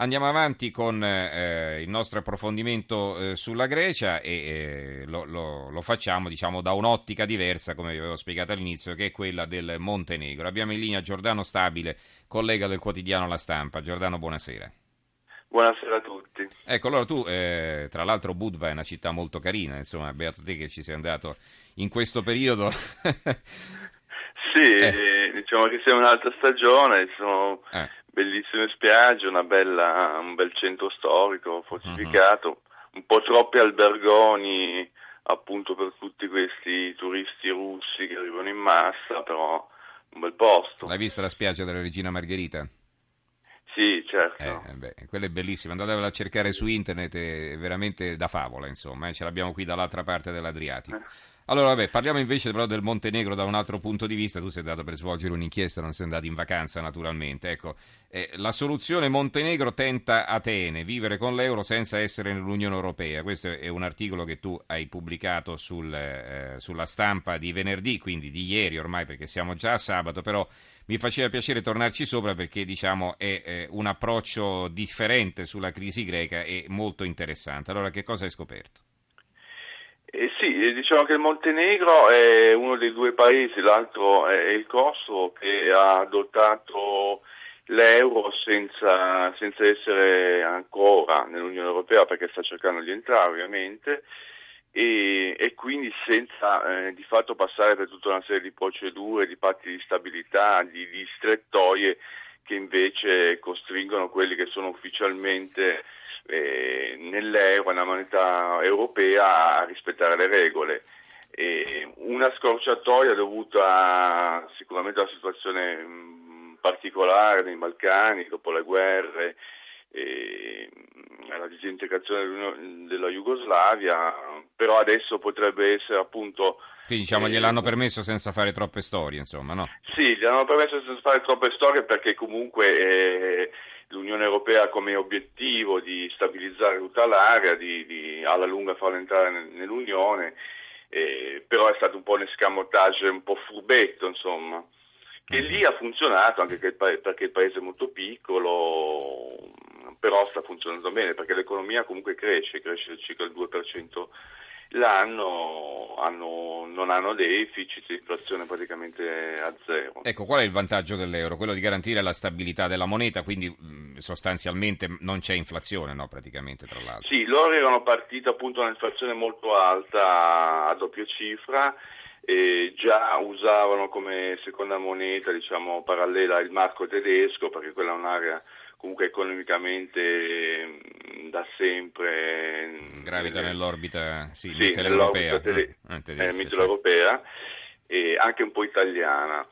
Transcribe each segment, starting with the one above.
Andiamo avanti con il nostro approfondimento sulla Grecia e lo facciamo, diciamo, da un'ottica diversa, come vi avevo spiegato all'inizio, che è quella del Montenegro. Abbiamo in linea Giordano Stabile, collega del quotidiano La Stampa. Giordano, buonasera. Buonasera a tutti. Ecco, allora tu, tra l'altro Budva è una città molto carina, insomma, beato te che ci sei andato in questo periodo. Sì, diciamo che siamo in un'altra stagione, ci sono bellissime spiagge, un bel centro storico fortificato, un po' troppi albergoni appunto per tutti questi turisti russi che arrivano in massa, però un bel posto. L'hai vista la spiaggia della Regina Margherita? Sì, certo. Quella è bellissima, andatevela a cercare su internet, è veramente da favola, insomma, ce l'abbiamo qui dall'altra parte dell'Adriatico. Allora, parliamo invece però del Montenegro da un altro punto di vista. Tu sei andato per svolgere un'inchiesta, non sei andato in vacanza naturalmente. Ecco, la soluzione Montenegro tenta Atene, vivere con l'euro senza essere nell'Unione Europea. Questo è un articolo che tu hai pubblicato sulla Stampa di venerdì, quindi di ieri ormai, perché siamo già a sabato, però mi faceva piacere tornarci sopra perché diciamo è un approccio differente sulla crisi greca e molto interessante. Allora, che cosa hai scoperto? Sì, diciamo che il Montenegro è uno dei due paesi, l'altro è il Kosovo, che ha adottato l'euro senza essere ancora nell'Unione Europea, perché sta cercando di entrare ovviamente, e quindi senza di fatto passare per tutta una serie di procedure, di patti di stabilità, di strettoie che invece costringono quelli che sono ufficialmente nell'euro, nella moneta europea, a rispettare le regole. Una scorciatoia dovuta sicuramente alla situazione particolare nei Balcani dopo le guerre, alla disintegrazione della Jugoslavia, però adesso potrebbe essere appunto... Quindi diciamo gliel'hanno permesso senza fare troppe storie, insomma, no? Sì, gli hanno permesso senza fare troppe storie perché comunque l'Unione Europea ha come obiettivo di stabilizzare tutta l'area, di alla lunga farla entrare nell'Unione, però è stato un po' un escamotage un po' furbetto, insomma, che lì ha funzionato anche perché il paese è molto piccolo, però sta funzionando bene perché l'economia comunque cresce circa il 2% l'anno, non hanno deficit, inflazione praticamente a zero. Ecco, qual è il vantaggio dell'euro? Quello di garantire la stabilità della moneta, quindi sostanzialmente non c'è inflazione, no, praticamente, tra l'altro. Sì, loro erano partiti appunto da un'inflazione molto alta, a doppia cifra, e già usavano come seconda moneta, diciamo, parallela il marco tedesco, perché quella è un'area comunque economicamente da sempre gravita nell'orbita nell'orbita tedesca, mitteleuropea, e anche un po' italiana.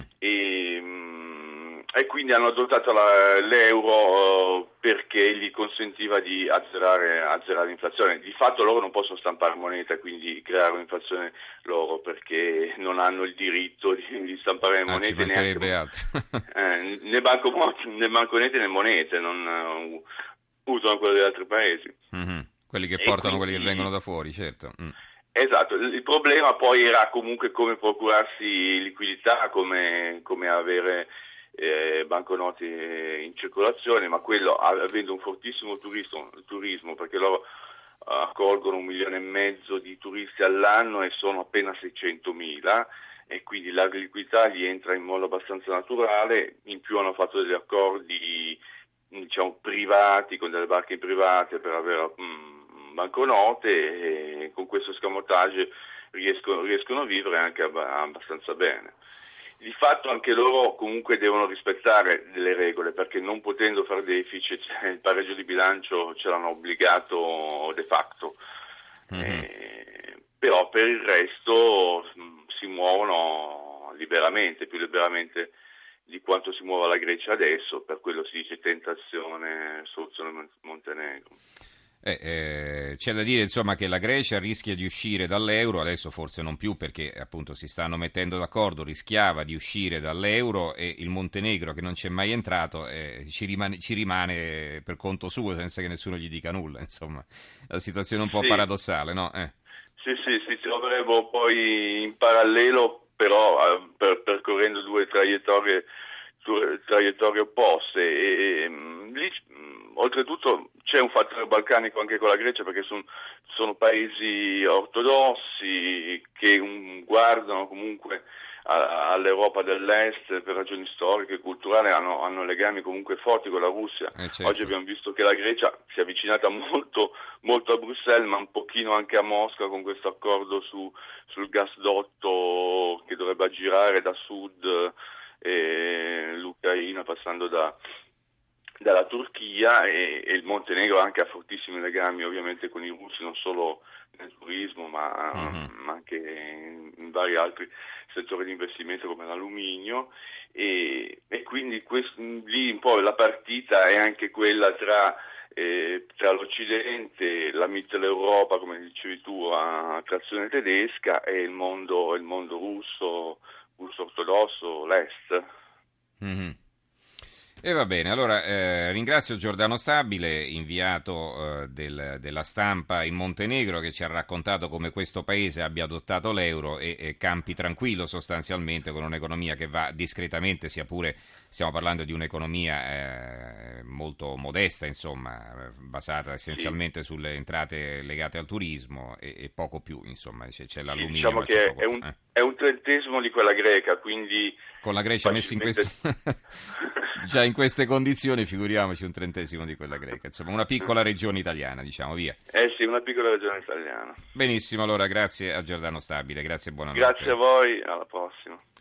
E quindi hanno adottato l'euro perché gli consentiva di azzerare l'inflazione. Di fatto loro non possono stampare moneta, quindi creare un'inflazione loro, perché non hanno il diritto di stampare monete neanche né banconete né monete, non usano quelle degli altri paesi. Quelli che portano, quelli che vengono da fuori, certo. Esatto, il problema poi era comunque come procurarsi liquidità, come avere banconote in circolazione, ma quello avendo un fortissimo turismo, perché loro accolgono 1,5 milioni di turisti all'anno e sono appena 600.000, e quindi la liquidità gli entra in modo abbastanza naturale. In più hanno fatto degli accordi, diciamo, privati, con delle barche private per avere banconote, e con questo escamotage riescono a vivere anche abbastanza bene. Di fatto anche loro comunque devono rispettare delle regole, perché non potendo fare deficit, il pareggio di bilancio ce l'hanno obbligato de facto. Però per il resto si muovono liberamente, più liberamente di quanto si muova la Grecia adesso, per quello si dice tentazione, soluzione Montenegro. C'è da dire, insomma, che la Grecia rischia di uscire dall'euro, adesso forse non più perché appunto si stanno mettendo d'accordo, rischiava di uscire dall'euro, e il Montenegro, che non c'è mai entrato, ci rimane per conto suo senza che nessuno gli dica nulla, insomma, la situazione è un po' paradossale, no? Sì, si troverebbero poi in parallelo, però percorrendo due traiettorie traiettorie opposte lì oltretutto c'è un fattore balcanico anche con la Grecia, perché sono paesi ortodossi che guardano comunque all'Europa dell'Est per ragioni storiche e culturali, hanno legami comunque forti con la Russia. Certo. Oggi abbiamo visto che la Grecia si è avvicinata molto, molto a Bruxelles, ma un pochino anche a Mosca con questo accordo sul gasdotto che dovrebbe aggirare da sud l'Ucraina passando dalla Turchia, e il Montenegro anche ha fortissimi legami ovviamente con i russi, non solo nel turismo ma anche in vari altri settori di investimento come l'alluminio, e quindi lì un po' la partita è anche quella tra l'Occidente, la Mitteleuropa, come dicevi tu, a trazione tedesca, e il mondo russo ortodosso, l'Est. Mm-hmm. E va bene, allora ringrazio Giordano Stabile, inviato della Stampa in Montenegro, che ci ha raccontato come questo paese abbia adottato l'euro e campi tranquillo sostanzialmente, con un'economia che va discretamente, sia pure stiamo parlando di un'economia molto modesta, insomma, basata essenzialmente sulle entrate legate al turismo e poco più, insomma, c'è l'alluminio. Diciamo che è un trentesimo di quella greca, quindi con la Grecia messa in questo già in queste condizioni, figuriamoci un trentesimo di quella greca, insomma una piccola regione italiana, diciamo, via. Sì, una piccola regione italiana. Benissimo, allora grazie a Giordano Stabile, grazie e buonanotte. Grazie a voi, alla prossima.